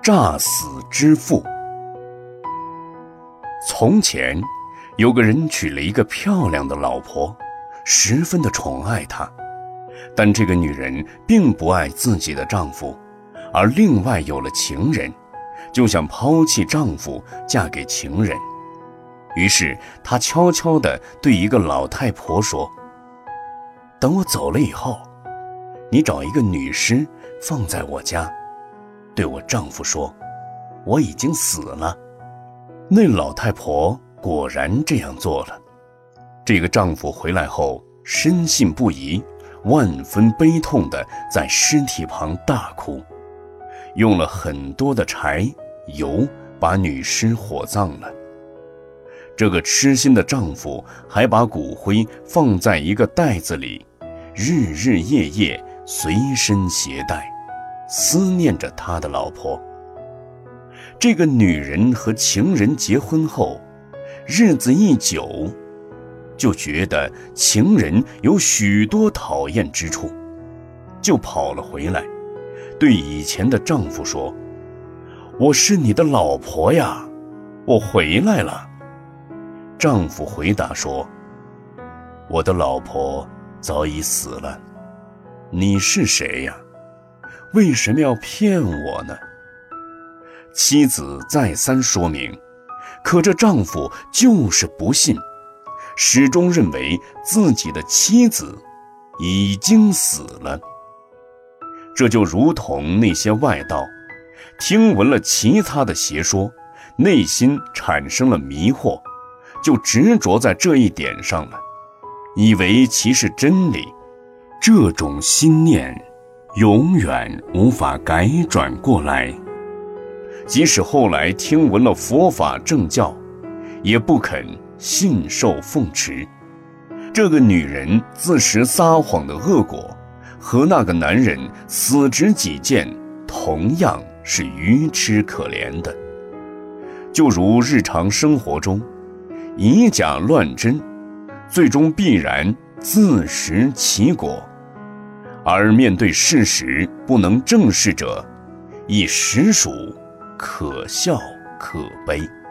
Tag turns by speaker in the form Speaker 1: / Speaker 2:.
Speaker 1: 诈死之妇。从前有个人娶了一个漂亮的老婆，十分的宠爱她，但这个女人并不爱自己的丈夫，而另外有了情人，就想抛弃丈夫嫁给情人。于是她悄悄地对一个老太婆说，等我走了以后，你找一个女尸放在我家，对我丈夫说，我已经死了。那老太婆果然这样做了。这个丈夫回来后深信不疑，万分悲痛地在尸体旁大哭，用了很多的柴油把女尸火葬了。这个痴心的丈夫还把骨灰放在一个袋子里，日日夜夜随身携带，思念着他的老婆。这个女人和情人结婚后，日子一久，就觉得情人有许多讨厌之处，就跑了回来，对以前的丈夫说，我是你的老婆呀，我回来了。丈夫回答说，我的老婆早已死了，你是谁呀？为什么要骗我呢？妻子再三说明，可这丈夫就是不信，始终认为自己的妻子已经死了。这就如同那些外道听闻了其他的邪说，内心产生了迷惑，就执着在这一点上了，以为其是真理。这种心念永远无法改转过来，即使后来听闻了佛法正教，也不肯信受奉持。这个女人自食撒谎的恶果，和那个男人死执己见，同样是愚痴可怜的。就如日常生活中，以假乱真，最终必然自食其果，而面对事实不能正视者，亦实属可笑可悲。